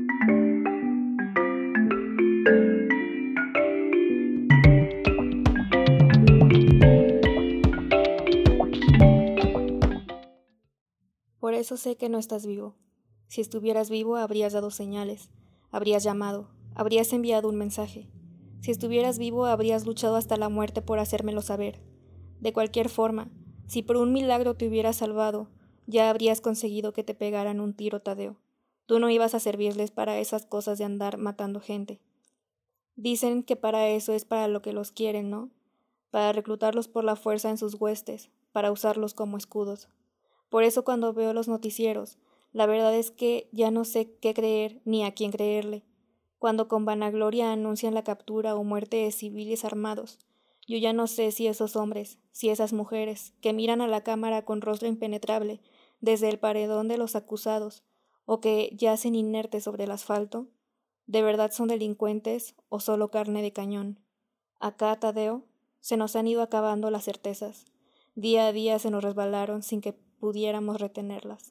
Por eso sé que no estás vivo. Si estuvieras vivo, habrías dado señales, habrías llamado, habrías enviado un mensaje. Si estuvieras vivo, habrías luchado hasta la muerte por hacérmelo saber. De cualquier forma, si por un milagro te hubieras salvado, ya habrías conseguido que te pegaran un tiro, Tadeo. Tú no ibas a servirles para esas cosas de andar matando gente. Dicen que para eso es para lo que los quieren, ¿no? Para reclutarlos por la fuerza en sus huestes, para usarlos como escudos. Por eso cuando veo los noticieros, la verdad es que ya no sé qué creer ni a quién creerle. Cuando con vanagloria anuncian la captura o muerte de civiles armados, yo ya no sé si esos hombres, si esas mujeres, que miran a la cámara con rostro impenetrable desde el paredón de los acusados, o que yacen inertes sobre el asfalto, ¿de verdad son delincuentes o solo carne de cañón? Acá, Tadeo, se nos han ido acabando las certezas. Día a día se nos resbalaron sin que pudiéramos retenerlas.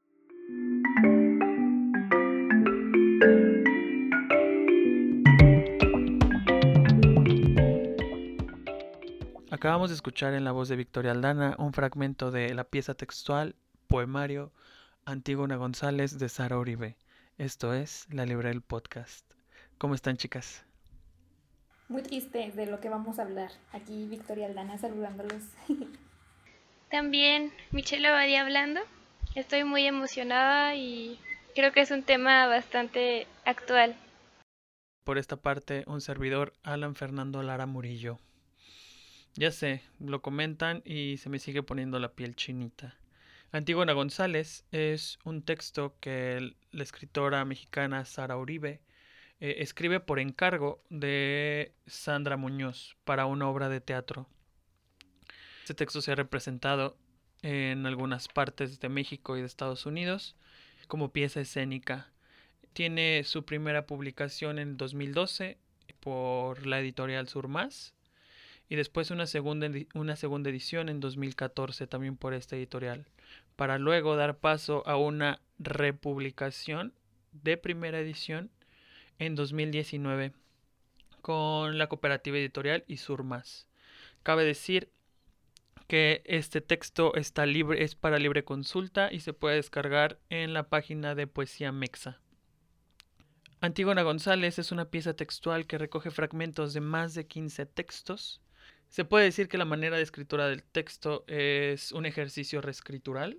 Acabamos de escuchar en la voz de Victoria Aldana un fragmento de la pieza textual, poemario Antígona González de Sara Uribe. Esto es La Libre del Podcast. ¿Cómo están, chicas? Muy triste de lo que vamos a hablar. Aquí Victoria Aldana saludándolos. También Michelle Abadía hablando. Estoy muy emocionada y creo que es un tema bastante actual. Por esta parte, un servidor, Alan Fernando Lara Murillo. Ya sé, lo comentan y se me sigue poniendo la piel chinita. Antígona González es un texto que la escritora mexicana Sara Uribe escribe por encargo de Sandra Muñoz para una obra de teatro. Este texto se ha representado en algunas partes de México y de Estados Unidos como pieza escénica. Tiene su primera publicación en 2012 por la editorial Surmás y después una segunda edición en 2014 también por esta editorial, para luego dar paso a una republicación de primera edición en 2019 con la cooperativa editorial y Surmas. Cabe decir que este texto está libre, es para libre consulta y se puede descargar en la página de Poesía Mexa. Antígona González es una pieza textual que recoge fragmentos de más de 15 textos. Se puede decir que la manera de escritura del texto es un ejercicio reescritural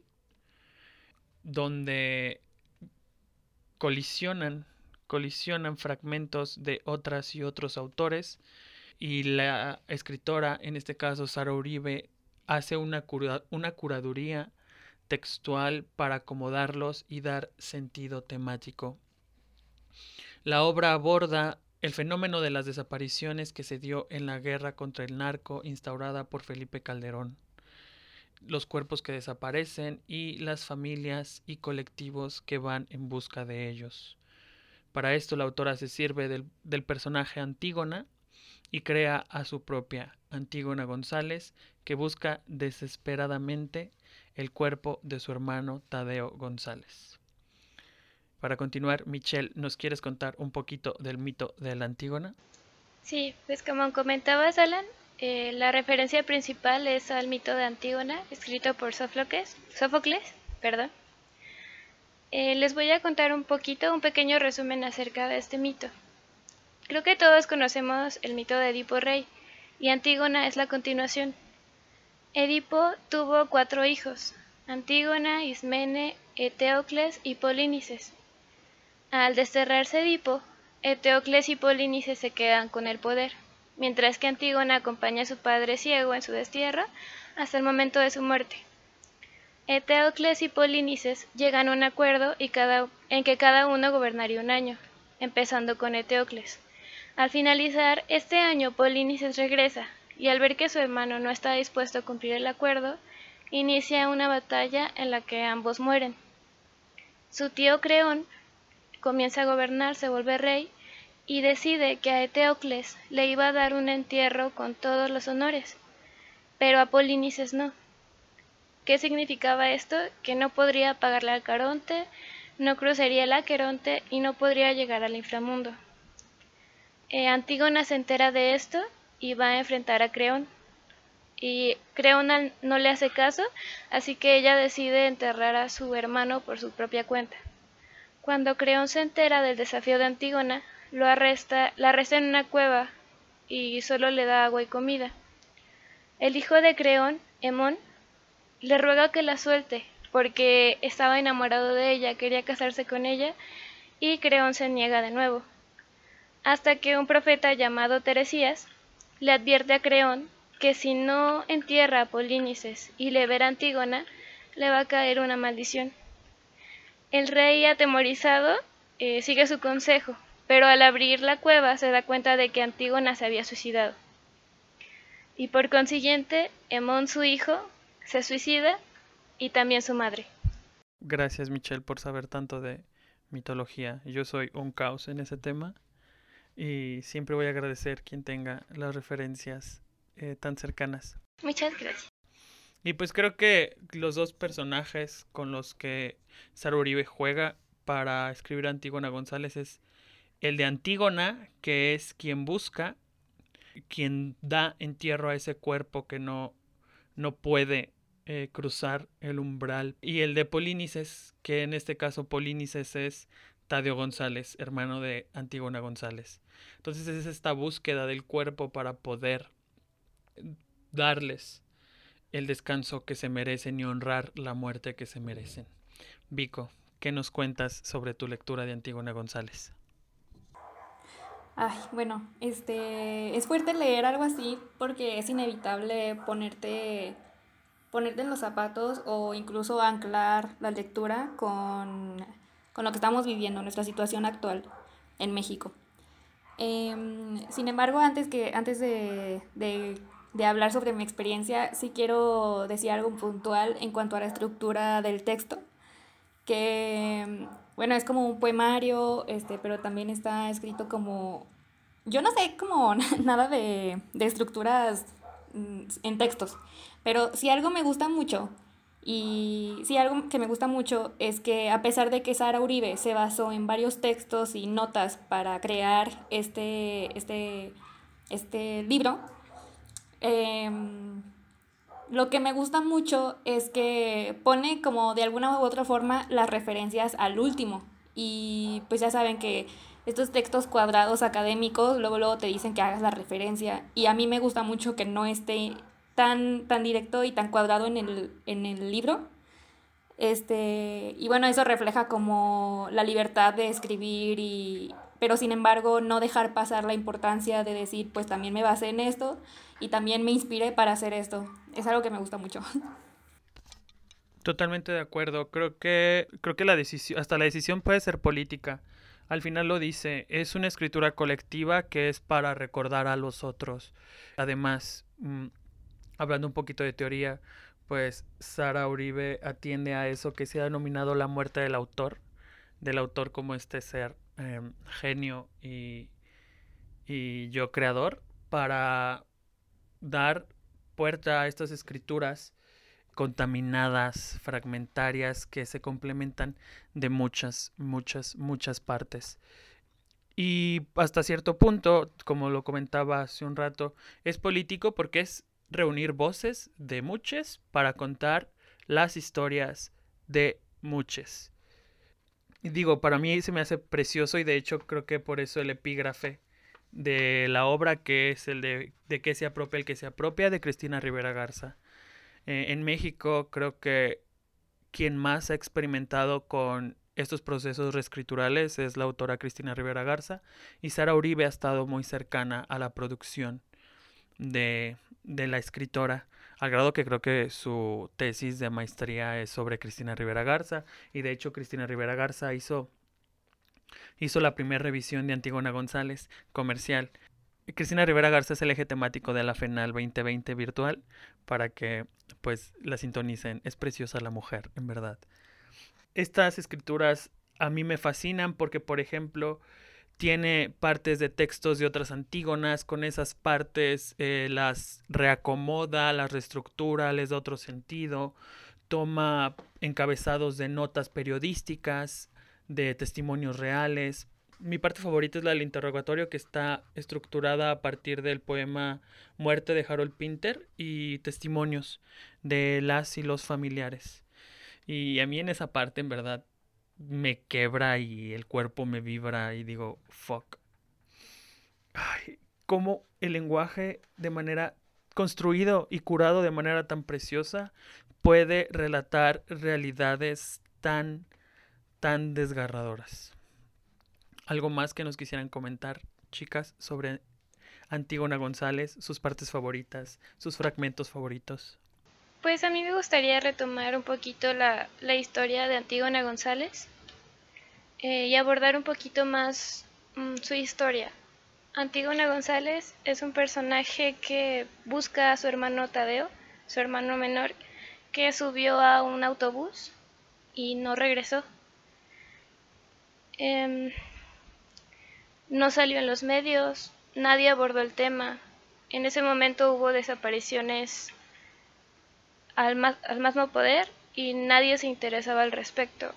donde colisionan fragmentos de otras y otros autores y la escritora, en este caso Sara Uribe, hace una curaduría textual para acomodarlos y dar sentido temático. La obra aborda el fenómeno de las desapariciones que se dio en la guerra contra el narco instaurada por Felipe Calderón, los cuerpos que desaparecen y las familias y colectivos que van en busca de ellos. Para esto la autora se sirve del personaje Antígona y crea a su propia Antígona González, que busca desesperadamente el cuerpo de su hermano Tadeo González. Para continuar, Michelle, ¿nos quieres contar un poquito del mito de la Antígona? Sí, pues como comentabas, Alan, la referencia principal es al mito de Antígona, escrito por Sófocles, perdón. Les voy a contar un pequeño resumen acerca de este mito. Creo que todos conocemos el mito de Edipo Rey, y Antígona es la continuación. Edipo tuvo 4 hijos: Antígona, Ismene, Eteocles y Polínices. Al desterrarse Edipo, Eteocles y Polínices se quedan con el poder, mientras que Antígona acompaña a su padre ciego en su destierro hasta el momento de su muerte. Eteocles y Polínices llegan a un acuerdo en que cada uno gobernaría un año, empezando con Eteocles. Al finalizar este año, Polínices regresa, y al ver que su hermano no está dispuesto a cumplir el acuerdo, inicia una batalla en la que ambos mueren. Su tío Creón comienza a gobernar, se vuelve rey, y decide que a Eteocles le iba a dar un entierro con todos los honores, pero a Polínices no. ¿Qué significaba esto? Que no podría pagarle al Caronte, no cruzaría el Aqueronte y no podría llegar al inframundo. Antígona se entera de esto y va a enfrentar a Creón. Y Creón no le hace caso, así que ella decide enterrar a su hermano por su propia cuenta. Cuando Creón se entera del desafío de Antígona, la arresta en una cueva y solo le da agua y comida. El hijo de Creón, Hemón, le ruega que la suelte, porque estaba enamorado de ella, quería casarse con ella, y Creón se niega de nuevo. Hasta que un profeta llamado Teresías le advierte a Creón que si no entierra a Polínices y libera a Antígona, le va a caer una maldición. El rey, atemorizado, sigue su consejo, pero al abrir la cueva se da cuenta de que Antígona se había suicidado. Y por consiguiente, Hemón, su hijo, se suicida y también su madre. Gracias, Michelle, por saber tanto de mitología. Yo soy un caos en ese tema y siempre voy a agradecer quien tenga las referencias tan cercanas. Muchas gracias. Y pues creo que los dos personajes con los que Sara Uribe juega para escribir a Antígona González es el de Antígona, que es quien busca, quien da entierro a ese cuerpo que no puede cruzar el umbral, y el de Polínices, que en este caso Polínices es Tadeo González, hermano de Antígona González. Entonces es esta búsqueda del cuerpo para poder darles el descanso que se merecen y honrar la muerte que se merecen. Vico, ¿qué nos cuentas sobre tu lectura de Antígona González? Ay, bueno, es fuerte leer algo así porque es inevitable ponerte en los zapatos o incluso anclar la lectura con lo que estamos viviendo, nuestra situación actual en México. Sin embargo, antes de hablar sobre mi experiencia, sí quiero decir algo puntual en cuanto a la estructura del texto, que, bueno, es como un poemario, pero también está escrito como, yo no sé como nada de estructuras en textos, pero si algo me gusta mucho, y sí, algo que me gusta mucho es que a pesar de que Sara Uribe se basó en varios textos y notas para crear este libro, lo que me gusta mucho es que pone como de alguna u otra forma las referencias al último. Y pues ya saben que estos textos cuadrados académicos luego te dicen que hagas la referencia. Y a mí me gusta mucho que no esté tan directo y tan cuadrado en el libro. Y bueno, eso refleja como la libertad de escribir, pero sin embargo no dejar pasar la importancia de decir, pues también me basé en esto y también me inspiré para hacer esto. Es algo que me gusta mucho. Totalmente de acuerdo. Creo que hasta la decisión puede ser política. Al final lo dice, es una escritura colectiva que es para recordar a los otros. Además, hablando un poquito de teoría, pues Sara Uribe atiende a eso que se ha denominado la muerte del autor como este ser genio y yo creador, para dar puerta a estas escrituras contaminadas, fragmentarias, que se complementan de muchas partes. Y hasta cierto punto, como lo comentaba hace un rato, es político porque es reunir voces de muchos para contar las historias de muchos. Y digo, para mí se me hace precioso, y de hecho creo que por eso el epígrafe de la obra, que es el de qué se apropia el que se apropia, de Cristina Rivera Garza. En México creo que quien más ha experimentado con estos procesos reescriturales es la autora Cristina Rivera Garza, y Sara Uribe ha estado muy cercana a la producción de la escritora, al grado que creo que su tesis de maestría es sobre Cristina Rivera Garza, y de hecho Cristina Rivera Garza hizo la primera revisión de Antígona González comercial. Cristina Rivera Garza es el eje temático de la FENAL 2020 virtual, para que pues la sintonicen. Es preciosa la mujer, en verdad. Estas escrituras a mí me fascinan porque, por ejemplo, tiene partes de textos de otras Antígonas, con esas partes las reacomoda, las reestructura, les da otro sentido, toma encabezados de notas periodísticas, de testimonios reales. Mi parte favorita es la del interrogatorio, que está estructurada a partir del poema Muerte de Harold Pinter y testimonios de las y los familiares. Y a mí en esa parte, en verdad, me quebra y el cuerpo me vibra y digo, fuck. Ay, cómo el lenguaje de manera construido y curado de manera tan preciosa puede relatar realidades tan desgarradoras. ¿Algo más que nos quisieran comentar, chicas, sobre Antígona González, sus partes favoritas, sus fragmentos favoritos? Pues a mí me gustaría retomar un poquito la historia de Antígona González y abordar un poquito más su historia. Antígona González es un personaje que busca a su hermano Tadeo, su hermano menor, que subió a un autobús y no regresó. No salió en los medios, nadie abordó el tema. En ese momento hubo desapariciones al más no poder y nadie se interesaba al respecto.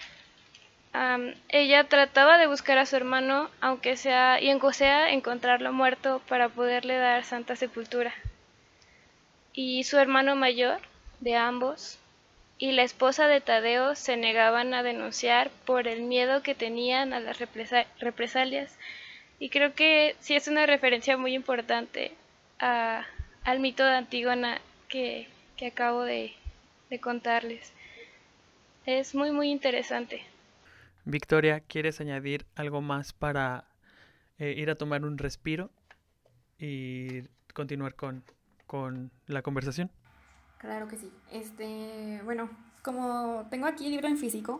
Ella trataba de buscar a su hermano, aunque sea encontrarlo muerto para poderle dar santa sepultura. Y su hermano mayor, de ambos, y la esposa de Tadeo se negaban a denunciar por el miedo que tenían a las represalias. Y creo que sí es una referencia muy importante al mito de Antígona que acabo de contarles. Es muy muy interesante. Victoria, ¿quieres añadir algo más para ir a tomar un respiro y continuar con la conversación? Claro que sí. Bueno, como tengo aquí el libro en físico,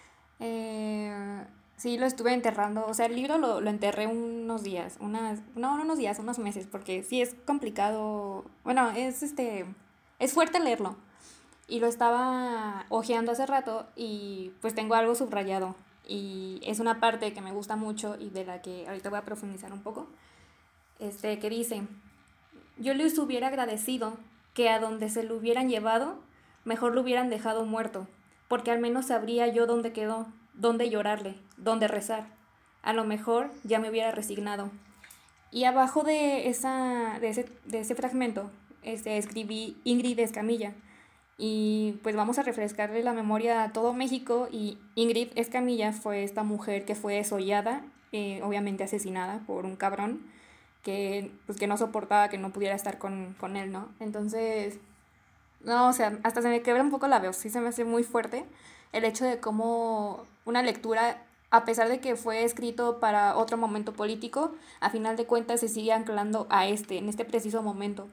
sí lo estuve enterrando. O sea, el libro lo enterré unos días, unos meses, porque sí es complicado. Bueno, es fuerte leerlo. Y lo estaba hojeando hace rato y pues tengo algo subrayado. Y es una parte que me gusta mucho y de la que ahorita voy a profundizar un poco. Que dice: yo les hubiera agradecido que a donde se lo hubieran llevado, mejor lo hubieran dejado muerto, porque al menos sabría yo dónde quedó, dónde llorarle, dónde rezar. A lo mejor ya me hubiera resignado. Y abajo de ese fragmento escribí Ingrid Escamilla. Y pues vamos a refrescarle la memoria a todo México. Y Ingrid Escamilla fue esta mujer que fue desollada, obviamente asesinada por un cabrón que no soportaba que no pudiera estar con él, ¿no? Entonces, no, o sea, hasta se me quebra un poco la voz, sí se me hace muy fuerte el hecho de cómo una lectura, a pesar de que fue escrito para otro momento político, a final de cuentas se sigue anclando a en este preciso momento.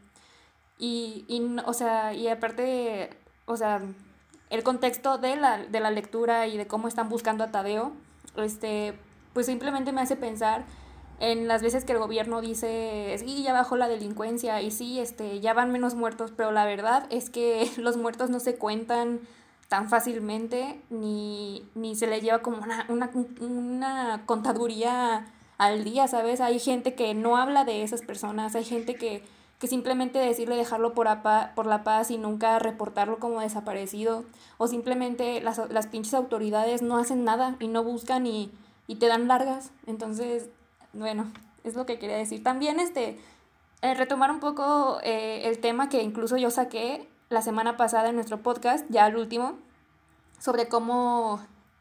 O sea, y aparte, o sea, el contexto de la lectura y de cómo están buscando a Tadeo, pues simplemente me hace pensar en las veces que el gobierno dice, sí, ya bajó la delincuencia y sí, ya van menos muertos, pero la verdad es que los muertos no se cuentan tan fácilmente, ni se le lleva como una contaduría al día, ¿sabes? Hay gente que no habla de esas personas, hay gente que simplemente decirle dejarlo por la paz y nunca reportarlo como desaparecido, o simplemente las pinches autoridades no hacen nada y no buscan y te dan largas. Entonces, bueno, es lo que quería decir. También retomar un poco el tema que incluso yo saqué la semana pasada en nuestro podcast, ya el último, sobre cómo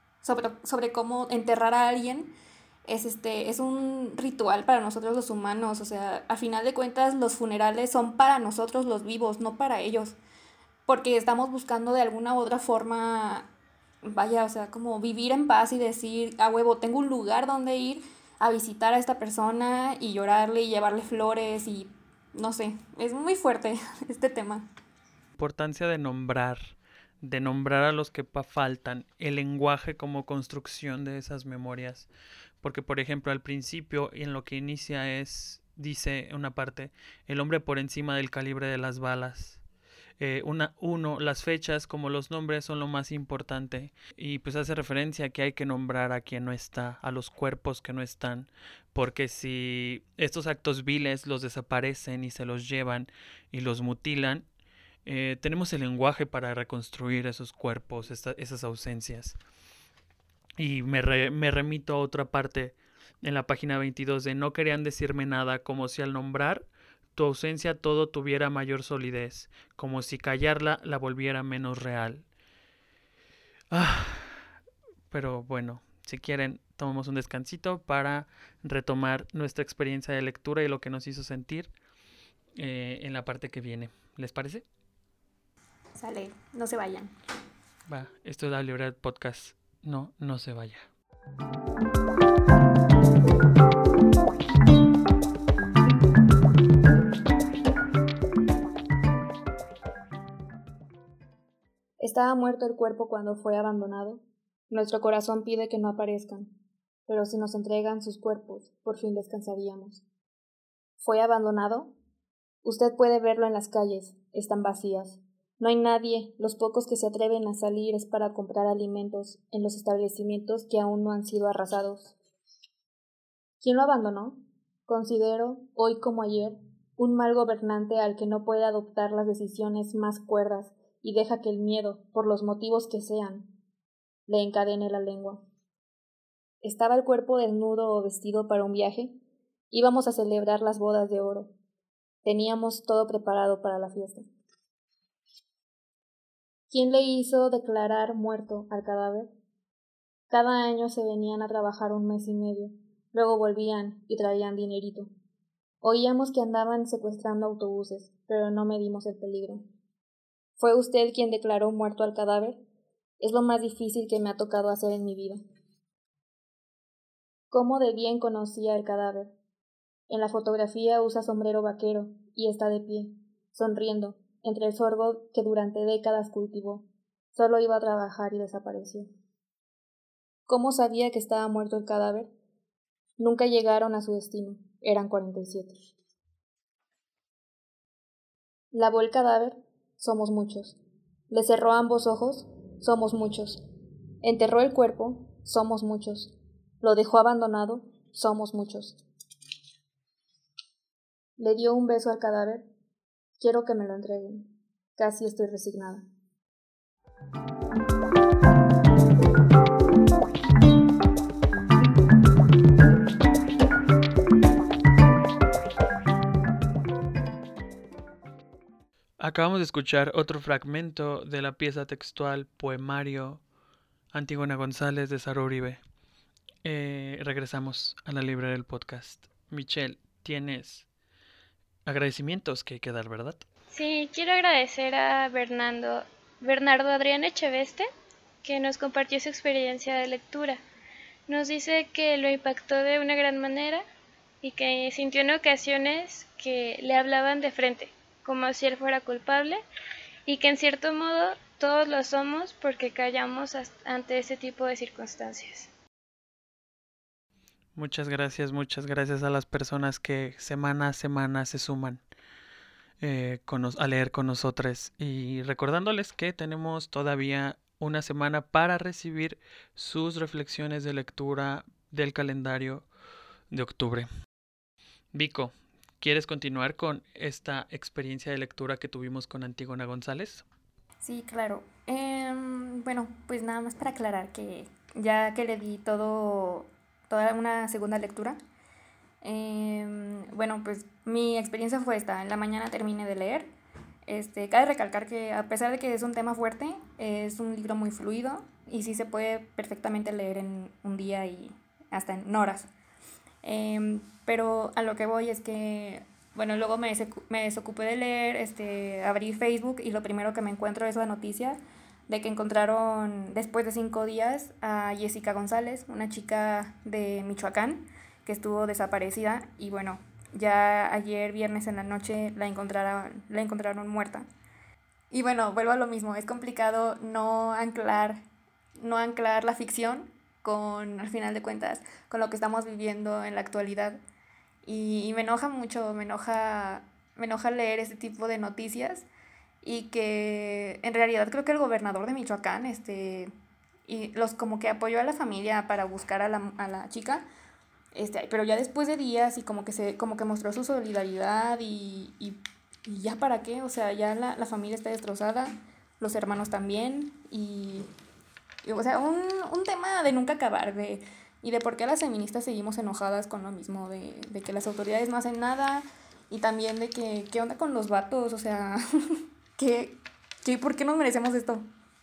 enterrar a alguien. Es un ritual para nosotros los humanos. O sea, a final de cuentas los funerales son para nosotros los vivos, no para ellos, porque estamos buscando de alguna u otra forma, vaya, o sea, como vivir en paz y decir, a huevo, tengo un lugar donde ir a visitar a esta persona y llorarle y llevarle flores y no sé, es muy fuerte este tema. Importancia de nombrar a los que faltan, el lenguaje como construcción de esas memorias, porque por ejemplo al principio en lo que inicia dice una parte, el hombre por encima del calibre de las balas. Las fechas como los nombres son lo más importante, y pues hace referencia a que hay que nombrar a quien no está, a los cuerpos que no están, porque si estos actos viles los desaparecen y se los llevan y los mutilan, tenemos el lenguaje para reconstruir esos cuerpos, esas ausencias. Y me remito a otra parte en la página 22 de no querían decirme nada, como si al nombrar tu ausencia todo tuviera mayor solidez, como si callarla la volviera menos real. Pero bueno, si quieren, tomamos un descansito para retomar nuestra experiencia de lectura y lo que nos hizo sentir en la parte que viene. ¿Les parece? Sale, no se vayan. Va, esto es la Librería Podcast. No se vaya. Estaba muerto el cuerpo cuando fue abandonado. Nuestro corazón pide que no aparezcan, pero si nos entregan sus cuerpos, por fin descansaríamos. ¿Fue abandonado? Usted puede verlo en las calles, están vacías. No hay nadie, los pocos que se atreven a salir es para comprar alimentos en los establecimientos que aún no han sido arrasados. ¿Quién lo abandonó? Considero, hoy como ayer, un mal gobernante al que no puede adoptar las decisiones más cuerdas y deja que el miedo, por los motivos que sean, le encadene la lengua. ¿Estaba el cuerpo desnudo o vestido para un viaje? Íbamos a celebrar las bodas de oro. Teníamos todo preparado para la fiesta. ¿Quién le hizo declarar muerto al cadáver? Cada año se venían a trabajar 1 mes y medio, luego volvían y traían dinerito. Oíamos que andaban secuestrando autobuses, pero no medimos el peligro. ¿Fue usted quien declaró muerto al cadáver? Es lo más difícil que me ha tocado hacer en mi vida. ¿Cómo de bien conocía el cadáver? En la fotografía usa sombrero vaquero y está de pie, sonriendo, entre el sorgo que durante décadas cultivó. Solo iba a trabajar y desapareció. ¿Cómo sabía que estaba muerto el cadáver? Nunca llegaron a su destino, eran 47. ¿Lavó el cadáver? Somos muchos. ¿Le cerró ambos ojos? Somos muchos. ¿Enterró el cuerpo? Somos muchos. ¿Lo dejó abandonado? Somos muchos. ¿Le dio un beso al cadáver? Quiero que me lo entreguen. Casi estoy resignada. Acabamos de escuchar otro fragmento de la pieza textual Poemario Antígona González de Sara Uribe. Regresamos a la librería del podcast. Michelle, tienes agradecimientos que hay que dar, ¿verdad? Sí, quiero agradecer a Bernardo Adrián Echeveste, que nos compartió su experiencia de lectura. Nos dice que lo impactó de una gran manera y que sintió en ocasiones que le hablaban de frente, como si él fuera culpable, y que en cierto modo todos lo somos porque callamos ante ese tipo de circunstancias. Muchas gracias a las personas que semana a semana se suman a leer con nosotros, y recordándoles que tenemos todavía una semana para recibir sus reflexiones de lectura del calendario de octubre. Vico, ¿quieres continuar con esta experiencia de lectura que tuvimos con Antígona González? Sí, claro. Bueno, pues nada más para aclarar que ya que le di toda una segunda lectura, bueno, pues mi experiencia fue esta. En la mañana terminé de leer. Cabe recalcar que a pesar de que es un tema fuerte, es un libro muy fluido y sí se puede perfectamente leer en un día y hasta en horas. Pero a lo que voy es que, bueno, luego me desocupé de leer, abrí Facebook y lo primero que me encuentro es la noticia de que encontraron después de 5 días a Jessica González, una chica de Michoacán que estuvo desaparecida, y bueno, ya ayer viernes en la noche la encontraron muerta. Y bueno, vuelvo a lo mismo, es complicado no anclar la ficción con, al final de cuentas, con lo que estamos viviendo en la actualidad. Y me enoja mucho, me enoja leer este tipo de noticias, y que en realidad creo que el gobernador de Michoacán, y los como que apoyó a la familia para buscar a la chica, pero ya después de días y como que mostró su solidaridad y ya para qué, o sea, ya la familia está destrozada, los hermanos también, y O sea, un tema de nunca acabar, y de por qué las feministas seguimos enojadas con lo mismo, de que las autoridades no hacen nada, y también de que, ¿qué onda con los vatos? O sea, ¿qué, por qué nos merecemos esto?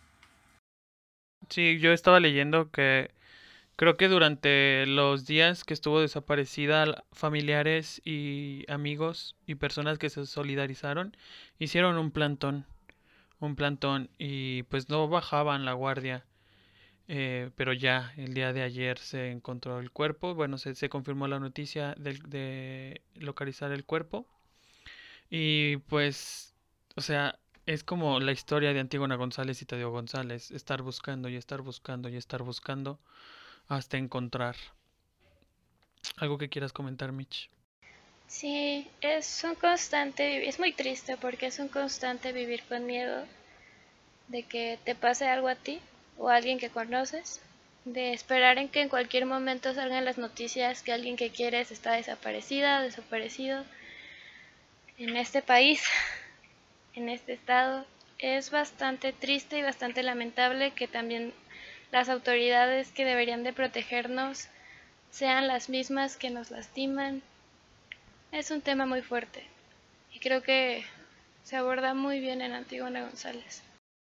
Sí, yo estaba leyendo que creo que durante los días que estuvo desaparecida, familiares y amigos y personas que se solidarizaron hicieron un plantón y pues no bajaban la guardia. Pero ya el día de ayer se encontró el cuerpo, bueno, se confirmó la noticia de localizar el cuerpo y pues, o sea, es como la historia de Antígona González y Tadeo González, estar buscando y estar buscando y estar buscando hasta encontrar. ¿Algo que quieras comentar, Mitch? Sí, es un constante, es muy triste porque es un constante vivir con miedo de que te pase algo a ti o a alguien que conoces, de esperar en que en cualquier momento salgan las noticias que alguien que quieres está desaparecida, desaparecido. En este país, en este estado, es bastante triste y bastante lamentable que también las autoridades que deberían de protegernos sean las mismas que nos lastiman. Es un tema muy fuerte y creo que se aborda muy bien en Antígona González.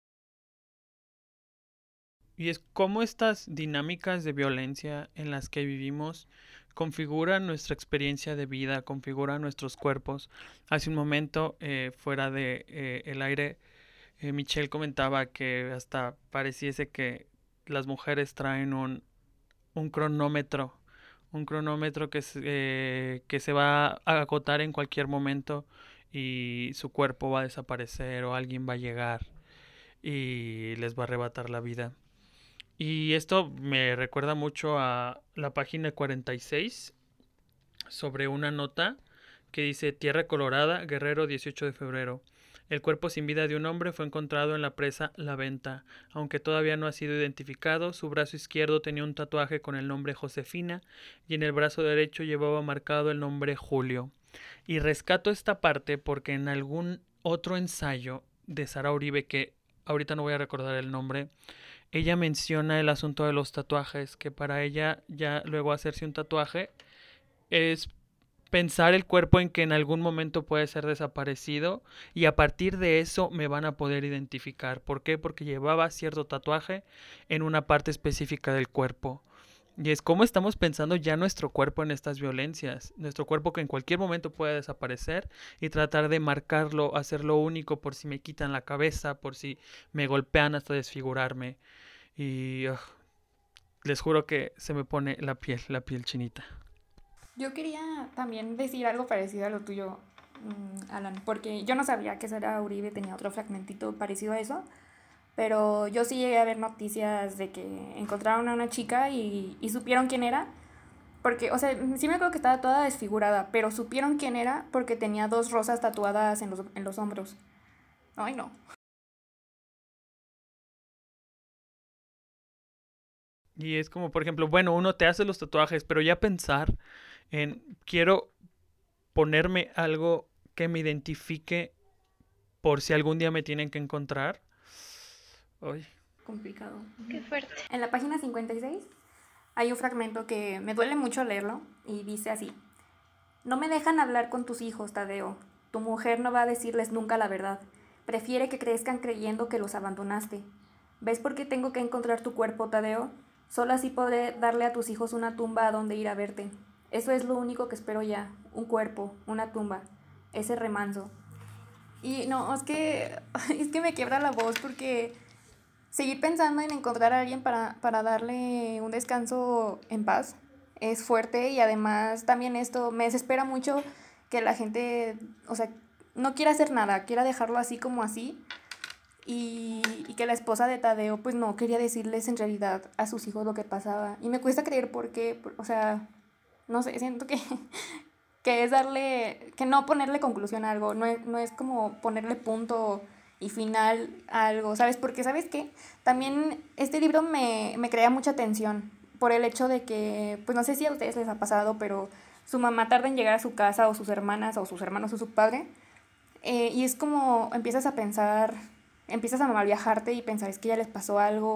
Y es cómo estas dinámicas de violencia en las que vivimos configuran nuestra experiencia de vida, configuran nuestros cuerpos. Hace un momento, fuera de el aire, Michelle comentaba que hasta pareciese que las mujeres traen un cronómetro, un cronómetro que se va a agotar en cualquier momento y su cuerpo va a desaparecer o alguien va a llegar y les va a arrebatar la vida. Y esto me recuerda mucho a la página 46 sobre una nota que dice Tierra Colorada, Guerrero, 18 de febrero. El cuerpo sin vida de un hombre fue encontrado en la presa La Venta. Aunque todavía no ha sido identificado, su brazo izquierdo tenía un tatuaje con el nombre Josefina y en el brazo derecho llevaba marcado el nombre Julio. Y rescato esta parte porque en algún otro ensayo de Sara Uribe, que ahorita no voy a recordar el nombre, ella menciona el asunto de los tatuajes, que para ella ya luego hacerse un tatuaje es pensar el cuerpo en que en algún momento puede ser desaparecido y a partir de eso me van a poder identificar. ¿Por qué? Porque llevaba cierto tatuaje en una parte específica del cuerpo. Y es como estamos pensando ya nuestro cuerpo en estas violencias, nuestro cuerpo que en cualquier momento puede desaparecer y tratar de marcarlo, hacerlo único por si me quitan la cabeza, por si me golpean hasta desfigurarme. Y les juro que se me pone la piel chinita. Yo quería también decir algo parecido a lo tuyo, Alan, porque yo no sabía que Sara Uribe tenía otro fragmentito parecido a eso, pero yo sí llegué a ver noticias de que encontraron a una chica y supieron quién era, porque, o sea, sí me acuerdo que estaba toda desfigurada, pero supieron quién era porque tenía dos rosas tatuadas en los hombros. Ay, no. Y es como, por ejemplo, bueno, uno te hace los tatuajes, pero ya pensar en quiero ponerme algo que me identifique por si algún día me tienen que encontrar. Ay. Complicado. Qué fuerte. En la página 56 hay un fragmento que me duele mucho leerlo y dice así: no me dejan hablar con tus hijos, Tadeo. Tu mujer no va a decirles nunca la verdad. Prefiere que crezcan creyendo que los abandonaste. ¿Ves por qué tengo que encontrar tu cuerpo, Tadeo? Solo así podré darle a tus hijos una tumba a donde ir a verte. Eso es lo único que espero ya. Un cuerpo, una tumba. Ese remanso. Y no, es que me quiebra la voz porque seguir pensando en encontrar a alguien para darle un descanso en paz es fuerte, y además también esto me desespera mucho que la gente, o sea, no quiera hacer nada, quiera dejarlo así como así, y que la esposa de Tadeo pues no quería decirles en realidad a sus hijos lo que pasaba. Y me cuesta creer por qué, o sea, no sé, siento que es darle, que no ponerle conclusión a algo, no es como ponerle punto y final a algo, ¿sabes? Porque, ¿sabes qué? También este libro me crea mucha tensión por el hecho de que, pues no sé si a ustedes les ha pasado, pero su mamá tarda en llegar a su casa, o sus hermanas, o sus hermanos, o su padre, y es como empiezas a pensar, empiezas a mal viajarte y pensar, es que ya les pasó algo,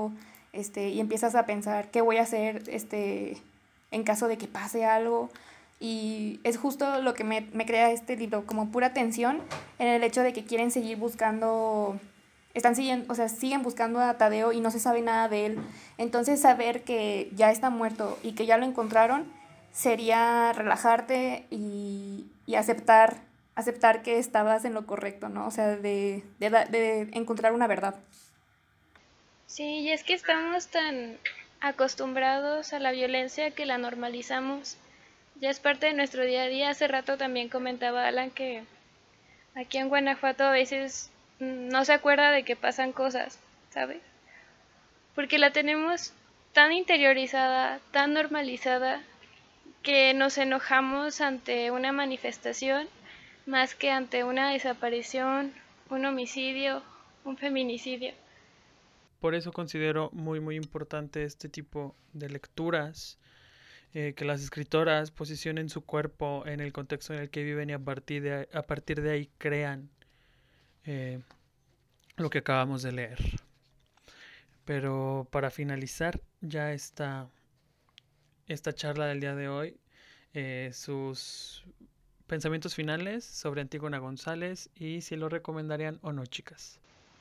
y empiezas a pensar qué voy a hacer en caso de que pase algo. Y es justo lo que me crea este libro, como pura tensión en el hecho de que quieren seguir buscando, siguen buscando a Tadeo y no se sabe nada de él. Entonces saber que ya está muerto y que ya lo encontraron sería relajarte y aceptar que estabas en lo correcto, ¿no? O sea, de encontrar una verdad. Sí, y es que estamos tan acostumbrados a la violencia que la normalizamos. Ya es parte de nuestro día a día. Hace rato también comentaba Alan que aquí en Guanajuato a veces no se acuerda de que pasan cosas, ¿sabes? Porque la tenemos tan interiorizada, tan normalizada, que nos enojamos ante una manifestación más que ante una desaparición, un homicidio, un feminicidio. Por eso considero muy muy importante este tipo de lecturas, que las escritoras posicionen su cuerpo en el contexto en el que viven y a partir de ahí crean lo que acabamos de leer. Pero para finalizar ya esta charla del día de hoy, sus pensamientos finales sobre Antígona González y si lo recomendarían o no, chicas.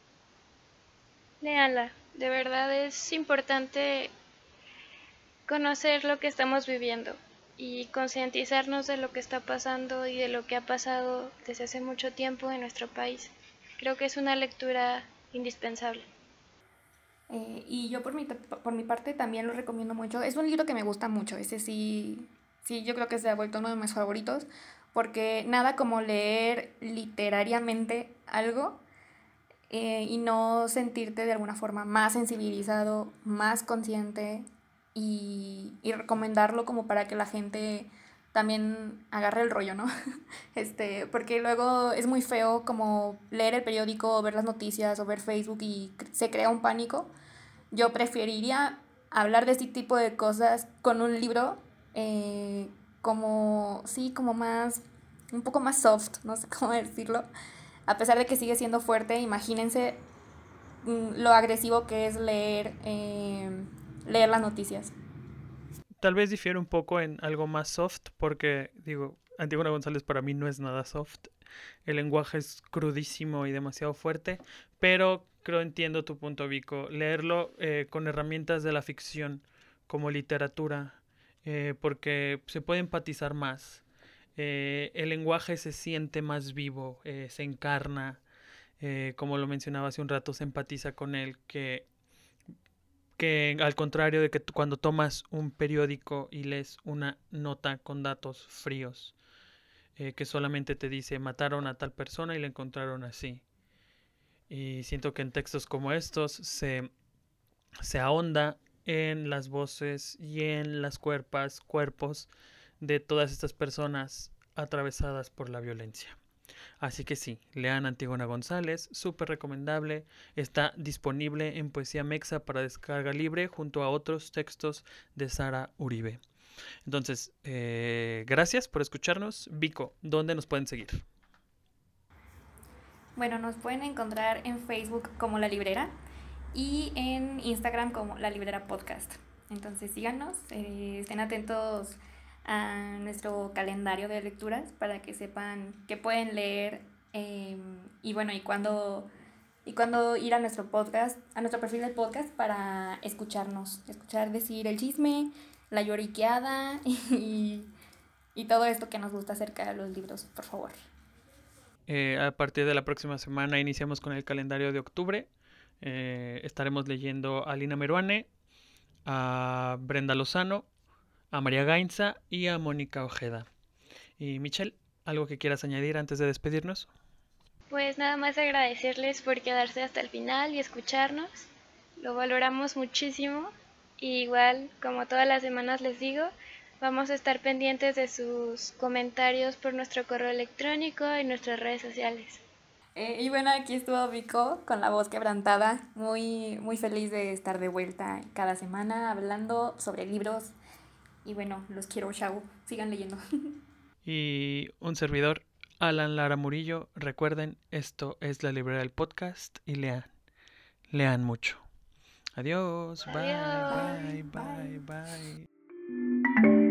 Léanla, de verdad es importante conocer lo que estamos viviendo y concientizarnos de lo que está pasando y de lo que ha pasado desde hace mucho tiempo en nuestro país. Creo que es una lectura indispensable. Y yo por mi parte también lo recomiendo mucho. Es un libro que me gusta mucho. Ese sí, yo creo que se ha vuelto uno de mis favoritos. Porque nada como leer literariamente algo y no sentirte de alguna forma más sensibilizado, más consciente y recomendarlo como para que la gente también agarre el rollo, ¿no? Porque luego es muy feo como leer el periódico o ver las noticias o ver Facebook y se crea un pánico. Yo preferiría hablar de este tipo de cosas con un libro como más, un poco más soft, no sé cómo decirlo. A pesar de que sigue siendo fuerte, imagínense lo agresivo que es leer las noticias. Tal vez difiere un poco en algo más soft porque, digo, Antígona González para mí no es nada soft. El lenguaje es crudísimo y demasiado fuerte, pero creo entiendo tu punto, Vico. Leerlo con herramientas de la ficción como literatura, porque se puede empatizar más. El lenguaje se siente más vivo, se encarna, como lo mencionaba hace un rato, se empatiza con él, que al contrario de que cuando tomas un periódico y lees una nota con datos fríos, que solamente te dice mataron a tal persona y la encontraron así. Y siento que en textos como estos se ahonda en las voces y en las cuerpos de todas estas personas atravesadas por la violencia. Así que sí, lean Antígona González, súper recomendable, está disponible en Poesía Mexa para descarga libre junto a otros textos de Sara Uribe. Entonces, gracias por escucharnos. Vico, ¿dónde nos pueden seguir? Bueno, nos pueden encontrar en Facebook como La Librera y en Instagram como La Librera Podcast. Entonces síganos, estén atentos a nuestro calendario de lecturas para que sepan qué pueden leer y bueno, y cuándo ir a nuestro podcast, a nuestro perfil del podcast para escuchar decir el chisme, la lloriqueada y todo esto que nos gusta acerca de los libros, por favor. A partir de la próxima semana iniciamos con el calendario de octubre. Estaremos leyendo a Lina Meruane, a Brenda Lozano, a María Gainza y a Mónica Ojeda. Y Michelle, ¿algo que quieras añadir antes de despedirnos? Pues nada más agradecerles por quedarse hasta el final y escucharnos. Lo valoramos muchísimo. Y igual, como todas las semanas les digo, vamos a estar pendientes de sus comentarios por nuestro correo electrónico y nuestras redes sociales. Y bueno, aquí estuvo Vico con la voz quebrantada, muy, muy feliz de estar de vuelta cada semana hablando sobre libros. Y bueno, los quiero, chao, sigan leyendo. Y un servidor, Alan Lara Murillo. Recuerden, esto es La Librera del Podcast y lean mucho. Adiós. Bye, Adiós. bye, bye, bye.